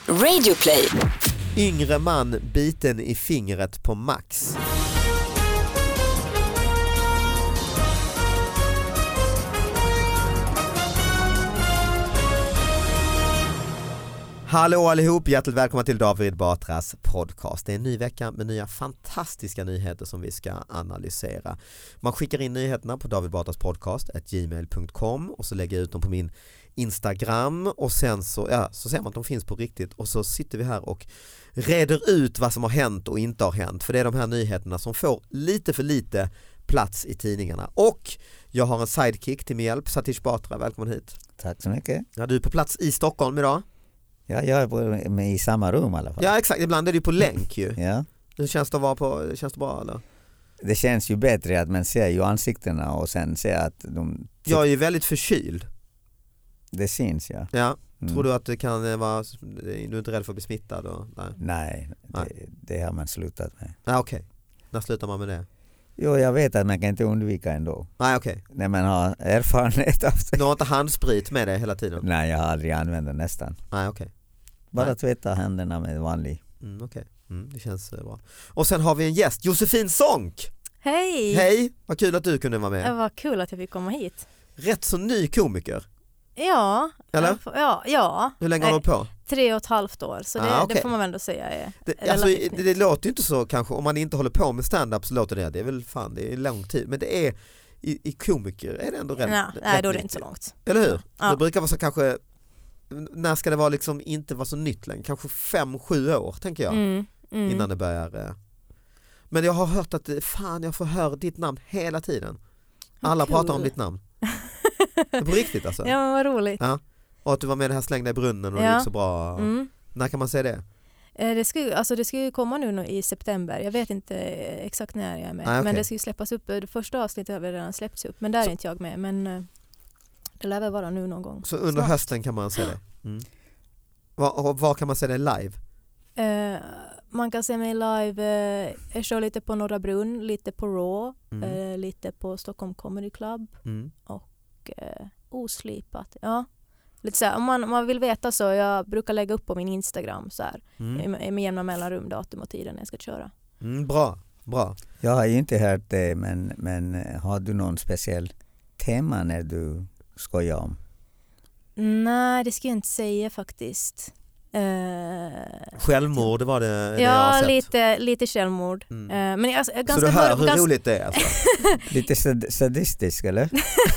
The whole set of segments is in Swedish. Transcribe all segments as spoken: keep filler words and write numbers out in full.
Radioplay. Yngre man biten i fingret på Max. Hallå allihop, hjärtligt välkomna till David Batras podcast. Det är en ny vecka med nya fantastiska nyheter som vi ska analysera. Man skickar in nyheterna på David Batras podcast at gmail punkt com och så lägger jag ut dem på min Instagram och sen så, ja, så ser man att de finns på riktigt och så sitter vi här och reder ut vad som har hänt och inte har hänt. För det är de här nyheterna som får lite för lite plats i tidningarna. Och jag har en sidekick till min hjälp, Satish Batra, välkommen hit. Tack så mycket. Ja, du är på plats i Stockholm idag. Ja, jag är med i samma rum i alla fall. Ja, exakt. Ibland är du på länk ju. Ja. Hur känns det att vara på, känns det bra eller? Det känns ju bättre att man ser ju ansiktena och sen ser att de... Jag är ju väldigt förkyld. Det syns, ja. Ja. Mm. Tror du att det kan vara, du är inte rädd för att bli smittad? Och, nej, nej, nej. Det, det har man slutat med. Ja, okej. Okay. När slutar man med det? Jo, jag vet att man kan inte undvika ändå. Nej, okej. Okay. När man har erfarenhet av det. Du har inte handsprit med dig hela tiden? Nej, jag har aldrig använt den nästan. Nej, okej. Okay. Bara nej. tvätta händerna med vanlig. Mm, okej. Okay. Mm, det känns uh, bra. Och sen har vi en gäst, Josefin Sonck. Hej! Hej, vad kul att du kunde vara med. Det var kul att jag fick komma hit. Rätt så ny komiker. Ja. Eller? Ja, ja. Hur länge har du på? Tre och ett halvt år, så det, ah, okay. det får man väl ändå säga är det, alltså, det, det låter ju inte så kanske, om man inte håller på med stand-up så låter det, det är väl fan, det är lång tid, men det är i, i komiker är det ändå rätt. Nej, rätt nej då är det nytt. Inte så långt. Eller hur? Ja. Det brukar vara så kanske, när ska det vara liksom inte vara så nytt längre, kanske fem, sju år tänker jag, mm, mm. innan det börjar. Men jag har hört att fan, jag får höra ditt namn hela tiden. Alla cool. pratar om ditt namn. Det är på riktigt alltså. Ja, men vad roligt. Ja. Och att du var med det här slängda i brunnen och ja. Det gick så bra. Mm. När kan man säga det? Det ska, alltså det ska ju komma nu i september. Jag vet inte exakt när jag är med. Ah, okay. Men det ska ju släppas upp. Det första avsnittet har redan släppts upp. Men där så. Är inte jag med. Men det lär väl vara nu någon gång. Så under snart. Hösten kan man se det? Mm. Var, var kan man se det live? Uh, man kan se mig live. Uh, jag kör lite på Norra Brunn, lite på Raw, mm. uh, lite på Stockholm Comedy Club mm. och uh, oslipat. Ja. Lite så här, om, man, om man vill veta så jag brukar lägga upp på min Instagram så här, mm. med, med jämna mellanrum, datum och tiden jag ska köra. Mm, bra, bra. Jag har ju inte hört det, men, men har du någon speciell tema när du skojar om? Nej, det ska jag inte säga faktiskt. Uh, självmord var det, det ja, jag har sett. lite, lite självmord. Mm. Uh, men jag, jag, ganska så du hör hur ganska... roligt det är alltså? Lite sad- sadistisk eller?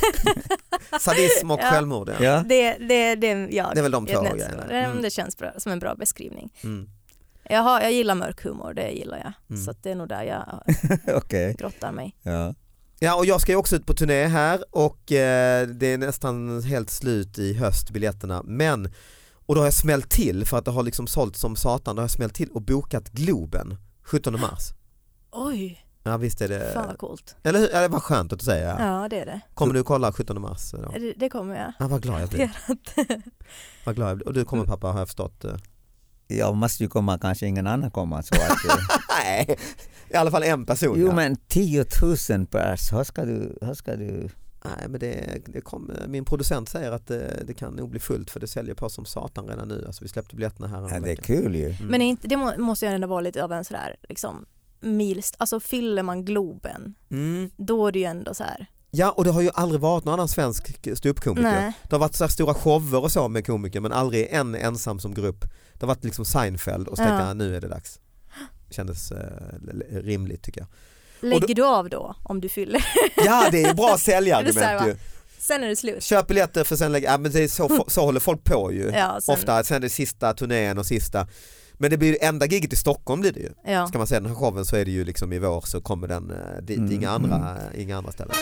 Sadism och ja. Självmord. Ja. Ja. Det, det, det, ja, det är väl de två grejerna. Mm. Det känns bra, som en bra beskrivning. Mm. Jag, har, jag gillar mörk humor, det gillar jag. Mm. Så att det är nog där jag okay. grottar mig. Ja. Ja, och jag ska ju också ut på turné här och eh, det är nästan helt slut i höst biljetterna. Men och då har jag smält till för att det har liksom sålt som satan. Då har jag smält till och bokat Globen sjuttonde mars. Oj. Ja, visst är det. Fan vad coolt. Eller hur? Ja, det var skönt att säga. Ja, det är det. Kommer du kolla sjuttonde mars då? Det, det kommer jag. Ja, vad glad jag blir. Vad glad jag blir. Och du kommer pappa, har jag förstått. Jag måste ju komma, kanske ingen annan kommer så att nej. I alla fall en person. Jo, ja. men tio tusen pers. Hur ska du hur ska du Nej, men det, det kom, min producent säger att det, det kan nog bli fullt för det säljer på som satan redan nu. Alltså vi släppte biljetterna här. Ja, det är kul ju. Mm. Men inte, det må, måste ju ändå vara lite av en sådär liksom milst. Alltså fyller man Globen, mm. då är det ju ändå så här. Ja, och det har ju aldrig varit någon annan svensk ståuppkomiker. Det har varit så här stora shower och så med komiker, men aldrig en ensam som grupp. Det har varit liksom Seinfeld och så tänkte jag, nu är det dags. Det kändes eh, rimligt tycker jag. Lägger då, du av då om du fyller? Ja, det är bra säljargument ju. Sen är det slut. Köp biljetter för sen lägga, ja, men det är så, så håller folk på ju. Ja, sen... Ofta, sen är det sista turnén och sista. Men det blir ju enda giget i Stockholm blir det ju. Ja. Ska man säga den här showen så är det ju liksom i vår så kommer den dit, mm. inga, andra, mm. inga andra ställen.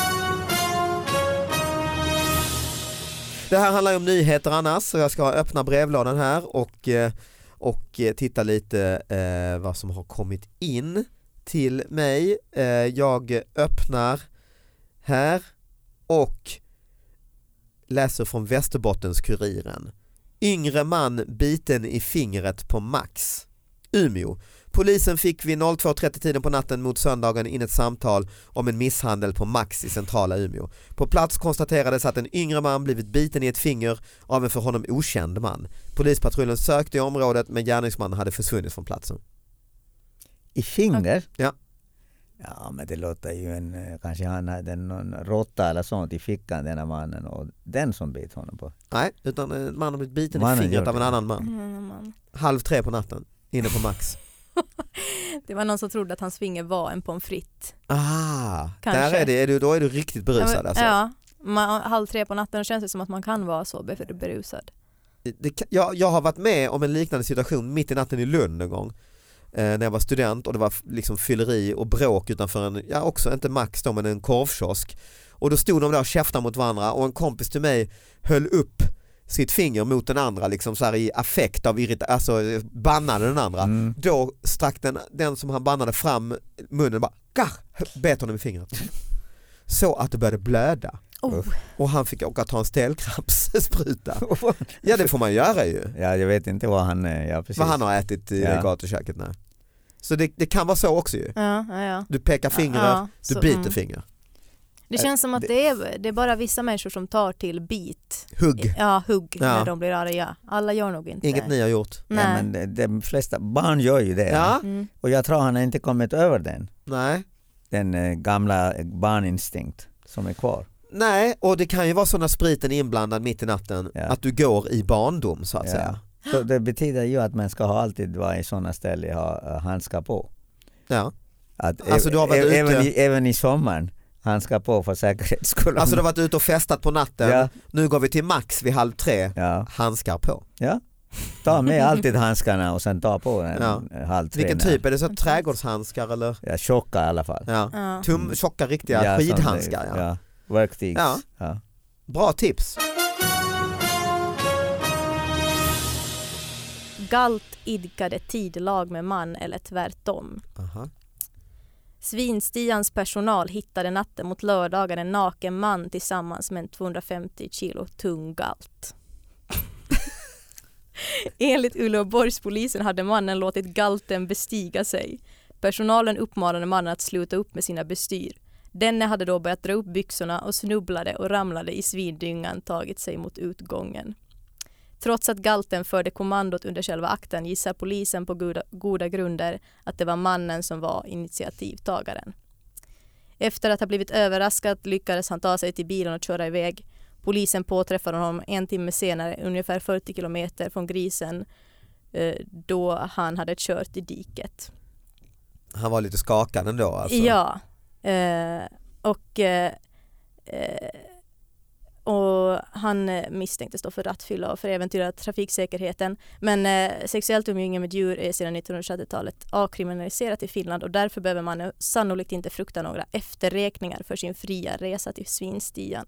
Det här handlar ju om nyheter annars så jag ska öppna brevlådan här och, och titta lite eh, vad som har kommit in till mig. Eh, jag öppnar här och läser från Västerbottens-Kuriren. Yngre man biten i fingret på Max. Umeå. Polisen fick vid två trettio-tiden på natten mot söndagen in ett samtal om en misshandel på Max i centrala Umeå. På plats konstaterades att en yngre man blivit biten i ett finger av en för honom okänd man. Polispatrullen sökte i området men gärningsmannen hade försvunnit från platsen. I finger? Ja. Ja, men det låter ju en, kanske han hade någon råtta eller sånt i fickan, den här mannen, och den som bit honom på. Nej, utan en man har blivit biten Mannen i fingret av en det. annan man. Mm, man. Halv tre på natten, inne på Max. Det var någon som trodde att hans finger var en pommes frites. Ah, Kanske. där är det, är du, då är du riktigt berusad alltså. Ja, man, halv tre på natten känns det som att man kan vara så berusad. Det, jag, jag har varit med om en liknande situation mitt i natten i Lund en gång. När jag var student och det var liksom fylleri och bråk utanför en, ja också inte Max då, men en korvkiosk. Och då stod de där och käftade mot varandra och en kompis till mig höll upp sitt finger mot den andra liksom så här i affekt av irrit- alltså bannade den andra. Mm. Då stack den, den som han bannade fram munnen och bara gah, bet honom i fingret. Så att det började blöda. Oh. Och han fick åka ta en stelkrampsspruta. Ja, det får man göra ju. Ja, jag vet inte vad han ja, precis. Vad han har ätit i ja. gatuköket. Nej. Så det, det kan vara så också ju. Ja, ja, ja. Du pekar fingrar, ja, så, du biter mm. fingrar. Det känns som att det är, det är bara vissa människor som tar till bit. Hugg. Ja, hugg ja. när de blir arga. Alla gör nog inte. Inget ni har gjort. Nej. Ja, men de, de flesta barn gör ju det. Ja. Mm. Och jag tror han har inte kommit över den. Nej. Den eh, gamla barninstinkt som är kvar. Nej, och det kan ju vara så när spriten är inblandad mitt i natten ja. Att du går i barndom så att ja. säga. Så det betyder ju att man ska ha alltid vara i sådana ställen ha handskar på. Ja. Att alltså, du har varit ute... även, i, även i sommaren handskar på för säkerhets skull. Alltså du har varit ute och festat på natten. Ja. Nu går vi till Max vid halv tre. Ja. Handskar på. Ja. Ta med alltid handskarna och sen ta på en ja. halv tre. Vilken typ? Är det så trädgårdshandskar eller? Ja, tjocka i alla fall. Ja. Ja. Tum, tjocka riktiga ja, skidhandskar. Ja. Ja. Verktygs. Ja. Ja. Bra tips. Galt idkade tidlag med man eller tvärtom. Aha. Svinstians personal hittade natten mot lördagen en naken man tillsammans med en tvåhundrafemtio kilo tung galt. Enligt Uleåborgspolisen hade mannen låtit galten bestiga sig. Personalen uppmanade mannen att sluta upp med sina bestyr. Denne hade då börjat dra upp byxorna och snubblade och ramlade i svindyngan, tagit sig mot utgången. Trots att galten förde kommandot under själva akten gissar polisen på goda, goda grunder att det var mannen som var initiativtagaren. Efter att ha blivit överraskad lyckades han ta sig till bilen och köra iväg. Polisen påträffade honom en timme senare, ungefär fyrtio kilometer från Grisen, då han hade kört i diket. Han var lite skakad ändå alltså. Ja, eh, och, eh, och han misstänktes då för rattfylla och för äventyra trafiksäkerheten. Men eh, sexuellt umgänge med djur är sedan nittonhundrasjuttiotalet avkriminaliserat i Finland och därför behöver man sannolikt inte frukta några efterräkningar för sin fria resa till svinstian.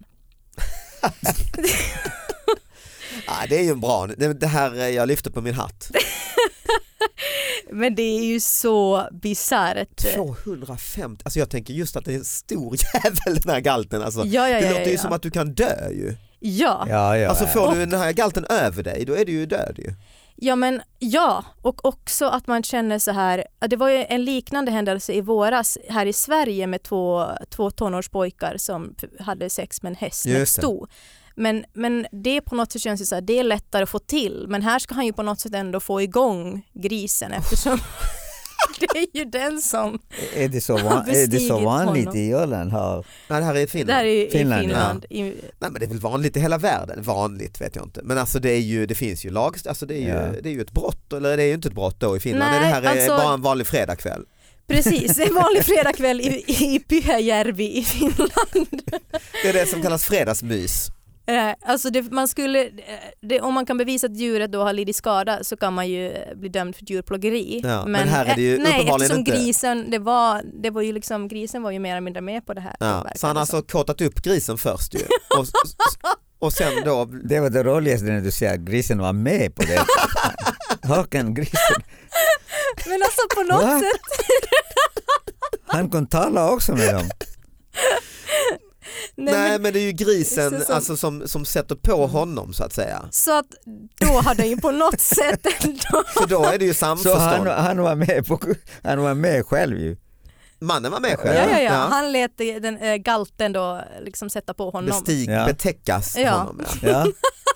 Ja, det är ju bra. Det, det här jag lyfter på min hatt. Men det är ju så bisarrt. tvåhundrafemtio, alltså jag tänker just att det är en stor jävel den här galten. Alltså, ja, ja, det ja, låter ja, ju ja. som att du kan dö ju. Ja. Ja, ja, alltså får ja. du den här galten över dig, då är du ju död ju. Ja, men ja, och också att man känner så här, det var ju en liknande händelse i våras här i Sverige med två, två tonårspojkar som hade sex med en häst med sto. Men, men det på något sätt känns så här, det är lättare att få till, men här ska han ju på något sätt ändå få igång grisen eftersom det är ju den som är det så, van, är det så vanligt honom. I Öland? Har... Nej, det här är i Finland. Det här är Finland, i Finland. Ja. Nej, men det är väl vanligt i hela världen. Vanligt vet jag inte. Men alltså det är ju, det finns ju lag, alltså det är ju, ja. det är ju ett brott, eller det är ju inte ett brott då i Finland. Nej, det här är alltså, bara en vanlig fredagkväll. Precis, en vanlig fredagkväll i, i Pyhäjärvi i Finland. Det är det som kallas fredagsmys. Alltså det, man skulle, det, om man kan bevisa att djuret då har lidit skada så kan man ju bli dömd för djurplågeri. Ja, men, men här är det ju nej, uppenbarligen eftersom inte. grisen, det var, det var ju liksom, grisen var ju mer eller mindre med på det här. Ja, så han har alltså kortat upp grisen först ju. Och, och sen då... Det var det roligaste när du säger att grisen var med på det. Hakan grisen. Men alltså på något Va? sätt. Han kan tala också med dem. Nej, Nej men, men det är ju grisen som, alltså, som, som sätter på honom så att säga. Så att då hade han ju på något sätt ändå. För då är det ju samförstånd. Så han, han, var med på, han var med själv ju. Mannen var med själv. Ja, ja, ja. ja. Han lät den äh, galten då liksom sätta på honom. Bestig, ja. betäckas ja. honom. Ja. Ja.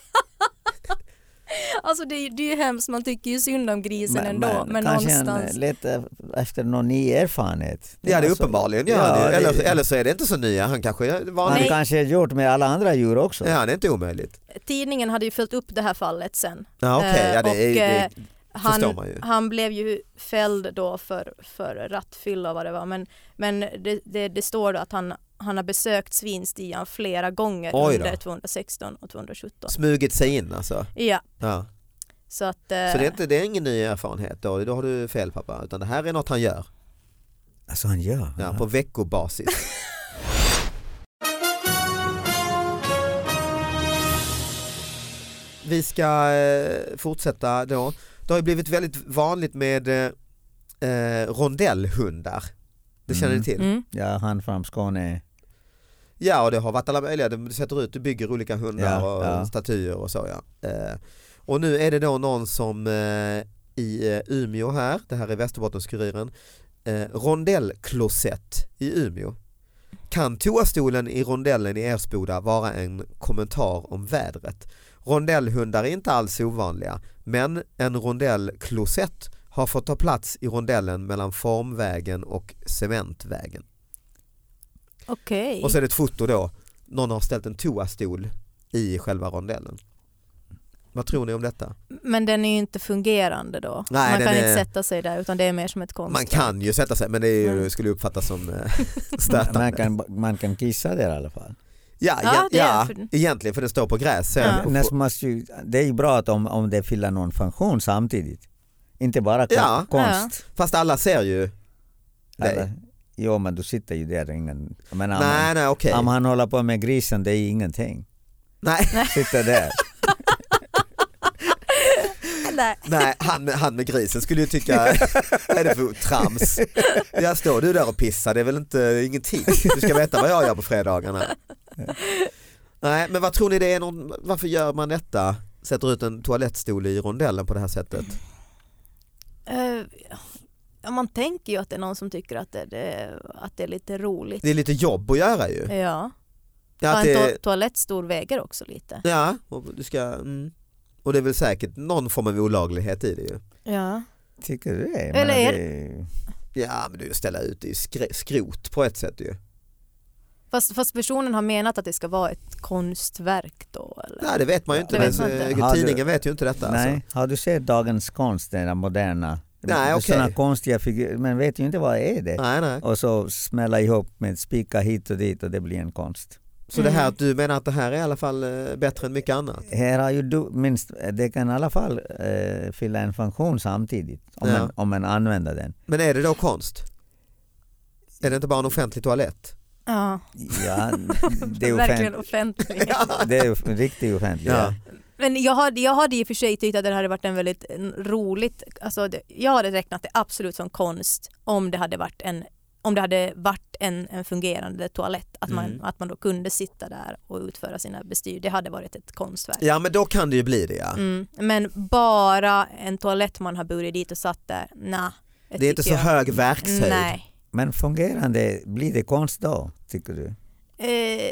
Alltså det är, det är ju hemskt, man tycker ju synd om grisen men, ändå. Men, men kanske någonstans... en, lite efter någon ny erfarenhet. Det ja, det är uppenbarligen. Ja, ja, det, eller, det, eller så är det inte så nya. Han kanske var Han kanske har gjort med alla andra djur också. Ja, det är inte omöjligt. Tidningen hade ju följt upp det här fallet sen. Ja, okej. Okay. Ja, det, är, det han, förstår man ju. Han blev ju fälld då för, för rattfylla och vad det var. Men, men det, det, det står då att han, han har besökt svinstian flera gånger under tjugohundrasexton och tjugohundrasjutton. Smugit sig in alltså? Ja. Ja. Så, att, så det, är inte, det är ingen ny erfarenhet då, då har du fel pappa, utan det här är något han gör. Alltså han gör? Ja, på veckobasis. Vi ska eh, fortsätta då. Det har ju blivit väldigt vanligt med eh, rondellhundar. Det känner mm. ni till? Mm. Ja, han från Skåne. Ja, och det har varit alla möjliga. Du sätter ut, du bygger olika hundar ja, och ja. statyer och så ja. Eh, och nu är det då någon som eh, i eh, Umeå här, det här är Västerbottenskuriren, eh, rondellklosett i Umeå. Kan toastolen i rondellen i Ersboda vara en kommentar om vädret? Rondellhundar är inte alls ovanliga, men en rondellklosett har fått ta plats i rondellen mellan Formvägen och Cementvägen. Okej. Okay. Och så är det ett foto då. Någon har ställt en toastol i själva rondellen. Vad tror ni om detta? Men den är ju inte fungerande då. Nej, man kan är... inte sätta sig där utan det är mer som ett konst. Man kan ju sätta sig men det är ju, mm. skulle uppfattas som stötande. Man kan, man kan kissa där i alla fall. Ja, ja, ja, ja för... egentligen för det står på gräs. Ja. På... Måste ju, det är ju bra att om, om det fyller någon funktion samtidigt. Inte bara ja. konst. Ja. Fast alla ser ju alla, jo men du sitter ju där. Ingen, men om, nej, nej, okay. om han håller på med grisen det är ingenting. Nej. Sitter där. Nej, Nej han, han med grisen skulle ju tycka vad är det för trams? Jag står du där och pissar, det är väl inte ingenting. Du ska veta vad jag gör på fredagarna. Nej, men vad tror ni det är någon, varför gör man detta? Sätter ut en toalettstol i rondellen på det här sättet? Uh, ja, man tänker ju att det är någon som tycker att det, det, att det är lite roligt. Det är lite jobb att göra ju. Ja. Ja, en det... to- toalettstol väger också lite. Ja, och du ska mm. och det är väl säkert någon form av olaglighet i det ju. Ja. Tycker du det? Eller är det... Ja, men du ställer ut i skr- skrot på ett sätt ju. Fast, fast personen har menat att det ska vara ett konstverk då? Eller? Nej, det vet man ju inte. Det vet man inte. Tidningen vet ju inte detta. Nej, alltså. Har du sett dagens konst, den moderna? Nej, okej. Sådana konstiga figurer, men vet ju inte vad är det. Nej, nej. Och så smälla ihop med spika hit och dit och det blir en konst. Så mm. det här, du menar att det här är i alla fall bättre än mycket annat? Här har ju du, minst, det kan i alla fall eh, fylla en funktion samtidigt om, ja. man, om man använder den. Men är det då konst? Är det inte bara en offentlig toalett? Ja, ja det är verkligen offentlig. Det är riktigt offentligt. Ja. Ja. Men jag hade, jag hade i och för sig tyckt att det hade varit en väldigt roligt, alltså det, jag hade räknat det absolut som konst om det hade varit en om det hade varit en, en fungerande toalett, att man, mm. att man då kunde sitta där och utföra sina bestyr, det hade varit ett konstverk. Ja, men då kan det ju bli det, ja. Mm. Men bara en toalett man har burit dit och satt där, nej. Det är inte så jag. hög verkshöjd. Nej. Men fungerande, blir det konst då, tycker du? Eh...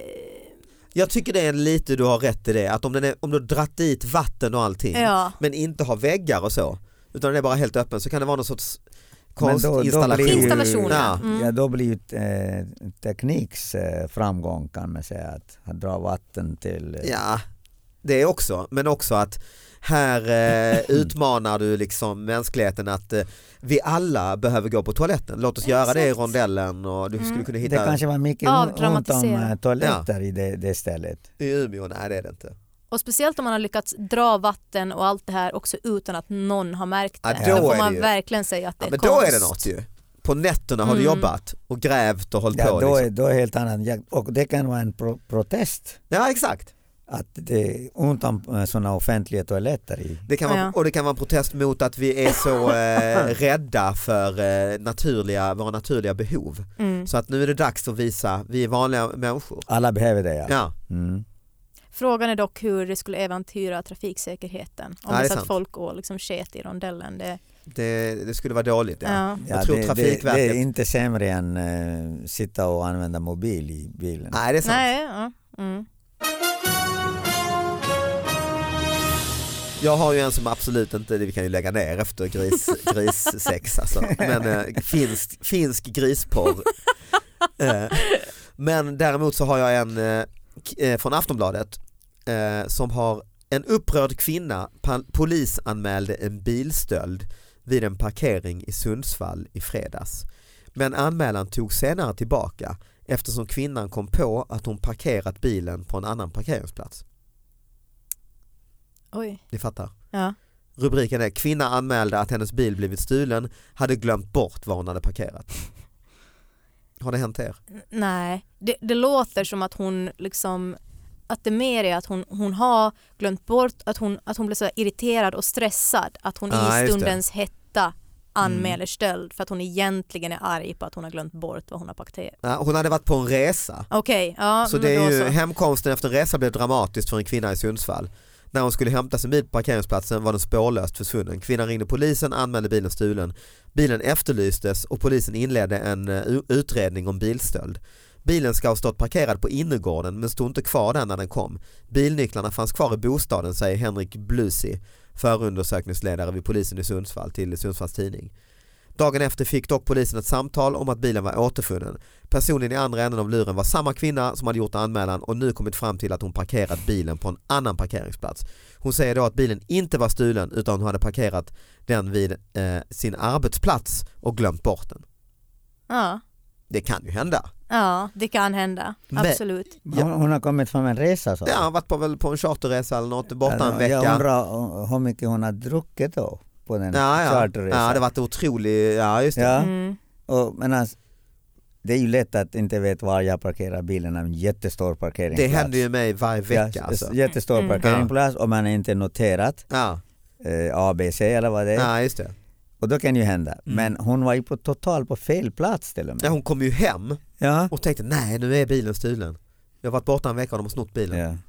Jag tycker det är lite, du har rätt i det, att om, den är, om du har dratt dit vatten och allting, ja. men inte har väggar och så, utan den är bara helt öppen, så kan det vara någon sorts konstinstallation. Installation. Ja. Mm. Ja, då blir ju eh, tekniks eh, framgång kan man säga, att, att dra vatten till... Eh. Ja, det är också, men också att här eh, utmanar du liksom mänskligheten att eh, vi alla behöver gå på toaletten. Låt oss Exakt. göra det i rondellen och du mm. skulle kunna hitta... Det kanske var mycket runt om toaletter ja. i det, det stället. I Umeå, nej det är det inte. Och speciellt om man har lyckats dra vatten och allt det här också utan att någon har märkt det. Ja, då, då får är man det verkligen säga att det ja, är men konst. Då är det något ju. På nätterna har mm. du jobbat och grävt och hållit ja, på. Då liksom. är, då är helt annat. Och det kan vara en pro- protest. Ja, exakt. Att det är ont om sådana offentliga toaletter. I. Det kan vara, ja. Och det kan vara en protest mot att vi är så eh, rädda för eh, naturliga, våra naturliga behov. Mm. Mm. Så att nu är det dags att visa, vi är vanliga människor. Alla behöver det, ja. Ja. Mm. Frågan är dock hur det skulle äventyra trafiksäkerheten. Om Ja, det är det så sant. att folk går liksom sket i rondellen. Det, Det, det skulle vara dåligt. Ja. ja. Jag Ja, tror det, Trafikverket... det, det är inte sämre än uh, sitta och använda mobil i bilen. Nej, det är sant. Nej, ja. Mm. Jag har ju en som absolut inte, vi kan ju lägga ner efter gris, grissex alltså. Men eh, finsk, finsk grisporr. eh, men däremot så har jag en eh, från Aftonbladet eh, som har en upprörd kvinna pa- polisanmälde en bilstöld vid en parkering i Sundsvall i fredags. Men anmälan tog senare tillbaka eftersom kvinnan kom på att hon parkerat bilen på en annan parkeringsplats. Oj. Ni fattar? Ja. Rubriken är: kvinna anmälde att hennes bil blivit stulen, hade glömt bort var hon hade parkerat. Har det hänt er? Nej, det, det låter som att hon liksom, att det mer är att hon, hon har glömt bort, att hon, att hon blir så irriterad och stressad att hon Ah, i just stundens hetta anmäler Mm. stöld för att hon egentligen är arg på att hon har glömt bort vad hon har parkerat. Ja, hon hade varit på en resa. Okej, ja. Så men det är då ju, så. hemkomsten efter en resa blev dramatiskt för en kvinna i Sundsvall. När hon skulle hämta sin bil på parkeringsplatsen var den spårlöst försvunnen. Kvinnan ringde polisen, anmälde bilen stulen. Bilen efterlystes och polisen inledde en uh, utredning om bilstöld. Bilen ska ha stått parkerad på innergården men stod inte kvar där när den kom. Bilnycklarna fanns kvar i bostaden, säger Henrik Blusi, förundersökningsledare vid polisen i Sundsvall, till Sundsvalls tidning. Dagen efter fick dock polisen ett samtal om att bilen var återfunnen. Personen i andra änden av luren var samma kvinna som hade gjort anmälan och nu kommit fram till att hon parkerat bilen på en annan parkeringsplats. Hon säger då att bilen inte var stulen utan hon hade parkerat den vid eh, sin arbetsplats och glömt bort den. Ja. Det kan ju hända. Ja, det kan hända. Men- Absolut. Hon, hon har kommit från en resa så. Ja, han varit på, väl på en charterresa eller något, borta Ja, en vecka. Jag undrar hur mycket hon har druckit då på den Ja, ja. charterresan. ja, det var otroligt, ja just det. Ja. Mm. Och, men alltså, det är ju lätt att inte veta var jag parkerar bilen, en jättestor parkeringsplats. Det händer ju mig varje vecka. Ja, alltså. jättestor Mm. parkeringsplats och man är inte noterat Ja. eh, A B C eller vad det är. ja, just det. Och då kan ju hända. Mm. Men hon var ju på total på fel plats till och med. Ja, hon kom ju hem Ja. och tänkte nej, nu är bilen stulen. Jag har varit borta en vecka och de har snott bilen. Ja.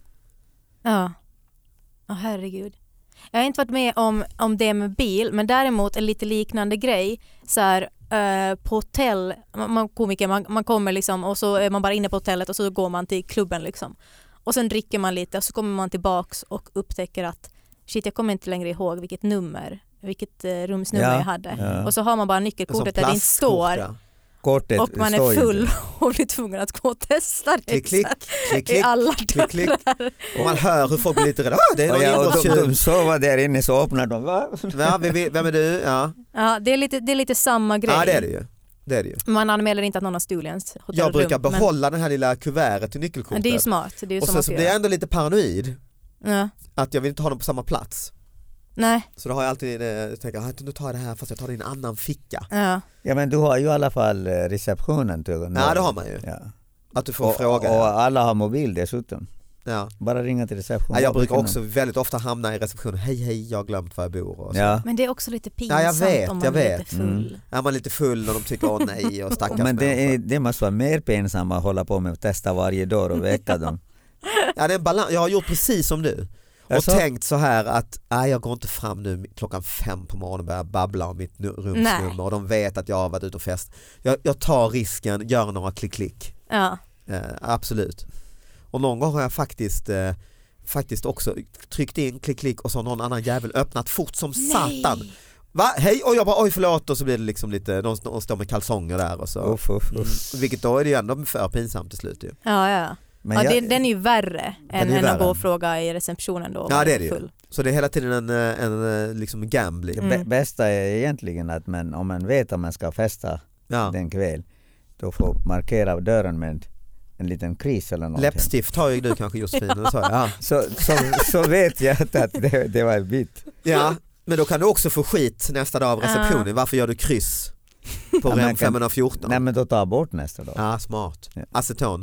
Ja. Åh, herregud. Jag har inte varit med om, om det med bil, men däremot en lite liknande grej så här, eh, på hotell, man, man, komiker, man, man kommer liksom och så är man bara inne på hotellet och så går man till klubben liksom. Och sen dricker man lite och så kommer man tillbaks och upptäcker att shit, jag kommer inte längre ihåg vilket nummer, vilket eh, rumsnummer Ja, jag hade. ja. Och så har man bara En sån nyckelkortet där det inte plastkort, står ja. Kortet och man står är ju full inte. och blir tvungen att gå och testa det. Klick, klick, klick, I klick. alla klick, klick. dörrar. Och man hör hur folk blir lite rädda. Ah, det är Och, någon ja, och de, inbrottstjuv. de sover där inne så öppnar de. Va? Ja, vem, vem är du? Ja. Ja, det är lite, det är lite samma grej. ja, det är det ju. Det är det ju. Man anmäler inte att någon har stulit ens hotellrum. Jag brukar men- behålla den här lilla kuvertet till Men nyckelkortet. det är ju smart. Det är ju och som sen man så ska blir jag göra. ändå lite paranoid. Ja. Att jag vill inte ha dem på samma plats. Nej. Så då har jag alltid, eh, jag tänker, ah, nu tar jag det här fast jag tar det i en annan ficka. Ja. Ja, men du har ju i alla fall eh, receptionen. Till, Ja, det har man ju. Ja. Att du får Och, fråga. och ja. alla har mobil dessutom. Ja. Bara ringa till receptionen. Ja, jag brukar Vad också väldigt ofta hamna i receptionen. Hej, hej, jag har glömt var jag bor. Och så. Ja. Men det är också lite pinsamt Ja, jag vet, om man jag är vet. lite full. Mm. Är man lite full och de tycker åh nej och stackars Men det, människa. är, det måste vara mer pinsamt att hålla på med att testa varje dörr och väcka dem. Ja, det är en balans. Jag har gjort precis som du. Och Alltså? tänkt så här att nej, jag går inte fram nu klockan fem på morgonen och börjar babbla om mitt nu- rumsnummer Nej. och de vet att jag har varit ute och fest. Jag, jag tar risken, gör några klick-klick. Ja. Eh, absolut. Och någon gång har jag faktiskt eh, faktiskt också tryckt in klick-klick och så har någon annan jävel öppnat fort som satan. Va? Hej, och jag bara oj förlåt och så blir det liksom lite, de, de står med kalsonger där och så. Uff, uff, Mm, uff. vilket då är det ju ändå för pinsamt till slut ju. Ja, ja. Men ja jag, det, den är ju värre än, är ju än att värre. gå och fråga i receptionen då. Ja, det är det ju. full. Så det är hela tiden en, eh, en, eh, liksom gambling. det Mm. bä- bästa är egentligen att man, om man vet att man ska festa Ja. den kväll, då får markera dörren med en liten kris eller någonting. Läppstift har ju du kanske Josefin. eller så, ja. Så, så, så vet jag att det, det var en bit. ja, men då kan du också få skit nästa dag av receptionen. Varför gör du kryss på Ja, man rem kan- femhundrafjorton? Nej, men då tar bort nästa dag. Ja, smart. Ja. Aceton.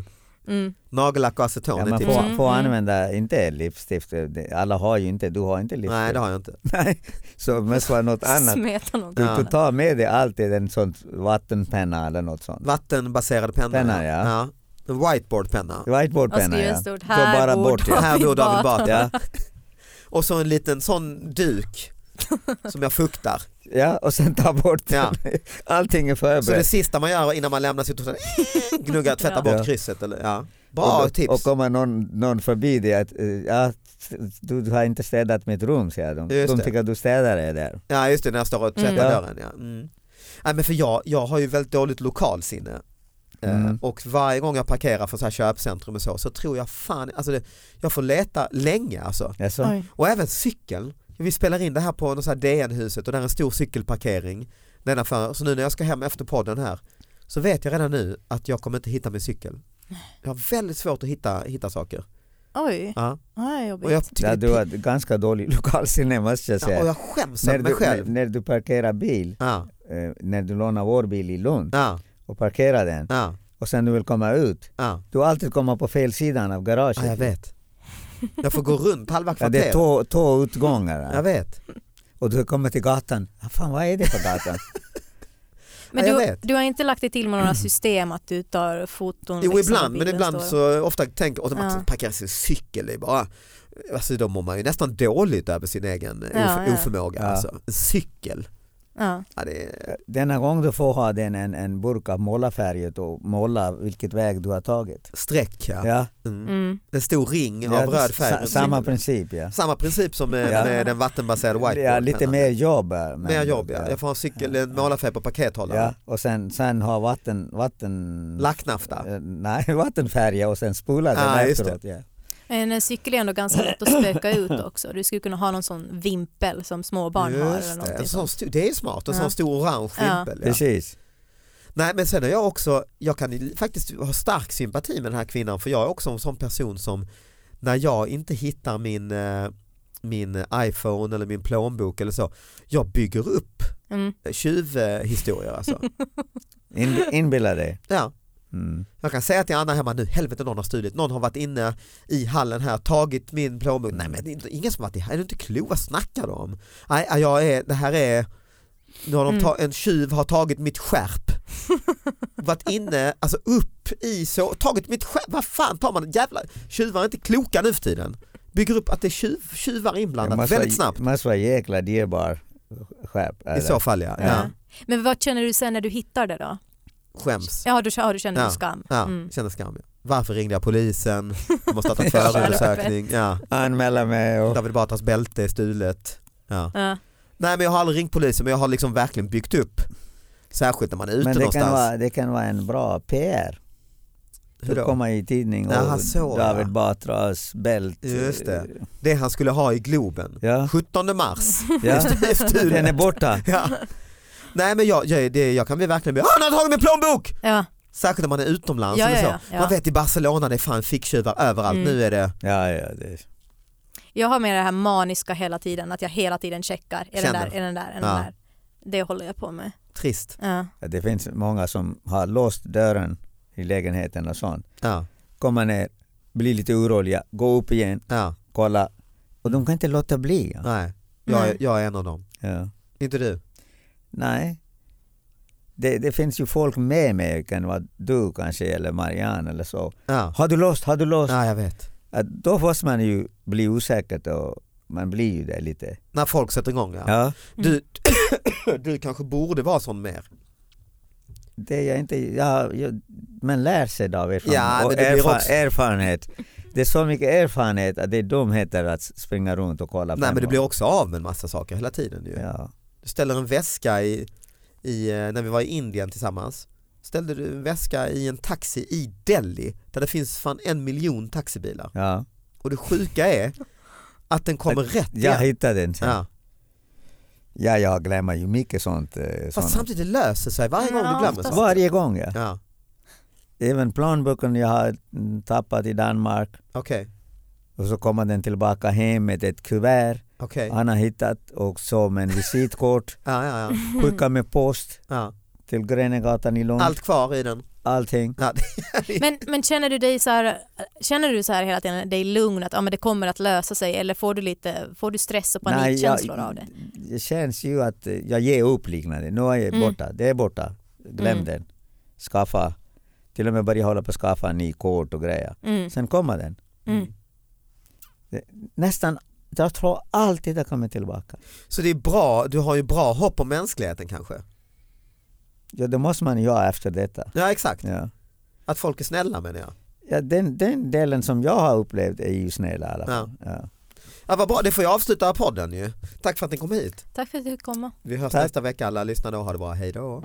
Mm. Nagellack och aceton. Ja, är man tips. får, Mm, får mm. använda inte lipstift. Alla har ju inte, du har inte lipstift. Nej, det har jag inte. Nej, så det måste vara något annat. Smeta något Du, Ja. du tar med dig alltid en sån vattenpenna eller något sånt. Vattenbaserade pennor. Penna, ja. ja. En whiteboardpenna. Och Whiteboardpenna, skriva ja. stort, Så här bara bor bort, ja. Här bor David Batra. Ja. Och så en liten sån duk som jag fuktar. Ja, och sen ta bort Ja. allting är Så det förberett. sista man gör innan man lämnar sitt hotell, gnugga, tvätta Ja. bort Ja. krysset. Eller, ja. Bra och, tips. Och kommer någon, någon förbi dig att eh, ja, du, du har inte städat mitt rum, säger de. Just De det. tycker att du städar det där. Ja just det, när jag står och tvättar Mm. dörren. Ja. Mm. Nej, men för jag, jag har ju väldigt dåligt lokalsinne. Mm. Eh, och varje gång jag parkerar för så här köpcentrum och så, så tror jag fan, alltså det, jag får leta länge alltså. Jaså? Oj. Och även cykeln. Vi spelar in det här på något så här D N-huset och där är en stor cykelparkering nedanför. Så nu när jag ska hem efter podden här så vet jag redan nu att jag kommer inte hitta min cykel. Jag har väldigt svårt att hitta, hitta saker. Oj, Ja. ja, jobbigt. Och jag tycker Ja, det du är har ganska dålig lokalsinne, måste jag Ja, säga. och jag skäms när, av mig du, själv. när, när du parkerar bil, Ja, eh, när du lånar vår bil i Lund ja, och parkerar den ja, och sen du vill komma ut, ja. du alltid kommer på fel sidan av garaget. ja, jag vet. Jag får gå runt halva Ja, det är kvarteret. två, två utgångar. Jag vet. Och du kommer till gatan. Ja, fan, vad är det på gatan? Men Ja, jag du, vet. du har inte lagt dig till med några system att du tar foton? Jo liksom, ibland, när men bilen ibland står? så ofta tänker och man Ja. parkerar sin cykel, det är bara, alltså då mår man ju nästan dåligt över sin egen Ja, of- ja. oförmåga. Ja. Alltså. En cykel. Ja. Ja, det är, Denna gång du får ha den en, en burk av målarfärget och måla vilket väg du har tagit. streck ja. Ja, Mm. Mm. En stor ring ja av röd färg. sa, runt samma cykeln. princip, ja. Samma princip som med, Ja. med den vattenbaserade whiteboard. Ja, lite mer jobb. Men, Mer jobb ja. Jag får ha en cykel, en målarfärg på pakethållaren. Ja, och sen, sen ha vatten, vatten Lacknafta. eh, nej, vattenfärja och sen spola den Ah, just efteråt. Ja. En cykel är ändå ganska lätt att spöka ut också. Du skulle kunna ha någon sån vimpel som små barn har. Eller Just det. En någonting sån sånt. stor, det är smart, en Ja. sån stor orange Ja. vimpel. Ja. Precis. Nej men sen är jag också, jag kan ju faktiskt ha stark sympati med den här kvinnan för jag är också en sån person som när jag inte hittar min, eh, min iPhone eller min plånbok eller så, jag bygger upp Mm. tjuvhistorier alltså. In, inbilla dig. Ja. Mm. Jag kan säga till Anna hemma nu, helvete någon har stulit, någon har varit inne i hallen här, tagit min plånbok. Nej men det är inte, ingen som varit i här, är du inte klok, vad snackar du om? Nej, jag är, det här är, nu har de ta, en tjuv har tagit mitt skärp. Varit inne, alltså upp i så, tagit mitt skärp, vad fan tar man, jävla tjuvar är inte kloka nu för tiden. Bygger upp att det är tjuv, tjuvar inblandat måste väldigt vara, snabbt. måste vara jäkla dyrbar skärp. I så fall ja, ja. Ja. Men vad känner du sen när du hittar det då? Skäms. Ja, du, ja, du känner Ja. du skam. Ja, Mm. känner skam. Ja. Varför ringde jag polisen? Jag måste ha tagit Ja. förundersökning. Ja. Anmäla mig och... David Batras bälte är stulet. Ja. Ja. Nej men jag har aldrig ringt polisen men jag har liksom verkligen byggt upp. Särskilt när man är ute Men det någonstans. kan, vara, det kan vara en bra P R. Hur Du då? kommer i tidning och Jaha, så, David ja. Batras bält. Just det. Det han skulle ha i Globen. Ja, sjuttonde mars. ja. är stulet. Den är borta. Ja. Nej men jag, jag, det, jag kan bli verkligen bli, han har tagit min plånbok! Ja. Särskilt när man är utomlands Ja, eller så. ja, ja, ja. Man vet i Barcelona det är fan ficktjuvar överallt. Mm. Nu är det, Ja, ja, det. Jag har med det här maniska hela tiden, att jag hela tiden checkar. Är den Känner. där, är den där, är Ja. den där. Det håller jag på med. trist. Ja. Ja, det finns många som har låst dörren i lägenheten och sånt. Ja. Kommer ner, blir lite oroliga, gå upp igen, Ja. kolla. Och de kan inte låta bli. Ja. Nej. Jag, är- Nej. jag är en av dem. Ja. Inte du? Nej. Det, det finns ju folk med mig, det kan vara du kanske eller Marianne eller så. Ja. Har du låst? Har du låst? Ja, jag vet. Att då måste man ju bli osäker och man blir ju det lite. När folk sätter igång ja. Ja, Du, du kanske borde vara sån mer. det är jag inte. Ja, jag, men lär sig då av erfarenhet. Ja, men och det blir erfa- också- erfarenhet. Det är så mycket erfarenhet att det är dumheter att springa runt och kolla på. Nej men du någon. blir också av med en massa saker hela tiden ju. Ja. Du ställer en väska i, i, eh, när vi var i Indien tillsammans. Ställde du en väska i en taxi i Delhi där det finns fan en miljon taxibilar. Ja. Och det sjuka är att den kommer rätt Jag igen. hittade den sen. Ja. Ja, jag glömmer ju mycket sånt. eh, Fast sånt. samtidigt löser sig varje gång Ja, du glömmer oftast. sånt. Varje gång, ja. Ja, Även planboken jag har mm, tappat i Danmark. okej. Och så kommer den tillbaka hem med ett kuvert. Okej. Han har hittat och så med en visitkort. Ja, ja, ja. Skicka med post ja. till Gränegatan i Lund. Allt kvar i den. allting. Ja, men, men känner du dig så här, känner du så här hela tiden, dig lugn att ja, men det kommer att lösa sig, eller får du lite, får du stress och panikkänslor av det? Det känns ju att jag ger upp liknande. Nu är jag Mm. borta, det är borta. Glöm Mm. den. Skaffa, till och med börja hålla på att skaffa en ny kort och grejer. Mm. Sen kommer den. Mm. Det, nästan, jag tror alltid det kommer tillbaka. Så det är bra, du har ju bra hopp om mänskligheten kanske? Ja, det måste man göra efter detta. Ja, exakt. Ja. Att folk är snälla, menar jag. Ja, den, den delen som jag har upplevt är ju snälla i alla fall. Ja. Ja. Ja, vad bra, det får jag avsluta podden ju. Tack för att ni kom hit. Tack för att du fick komma. Vi hörs Tack. nästa vecka, alla lyssnare, och ha det bra. Hej då.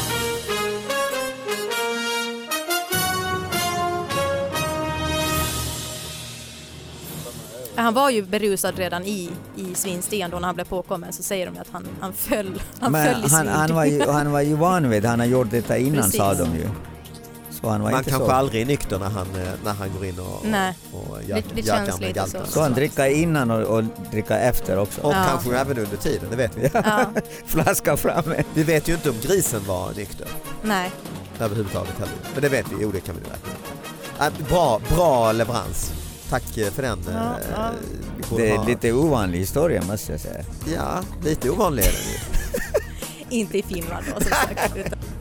Han var ju berusad redan i, i svinstigen då när han blev påkommen, så säger de att han, han föll, han Men föll i han, han, var ju, han var ju van vid, han har gjort detta innan. Precis. Sa de ju. Så han var Man inte kanske så. aldrig är nykter när han, när han går in och, Nej. och, och gör, Det- det gör känns gamla lite galten. så. Så han dricker innan och, och dricker efter också. Och Ja. kanske även under tiden, det vet vi. Ja, Flaska framme. Vi vet ju inte om grisen var nykter nej. överhuvudtaget heller. Men det vet vi, jo det kan vi räkna. Äh, bra, bra leverans. Tack för den. Ja, eh, ja. vi borde Det är ha- lite ovanlig historia måste jag säga. Ja, lite ovanlig är den ju. Inte i Finland då, som sagt. Utan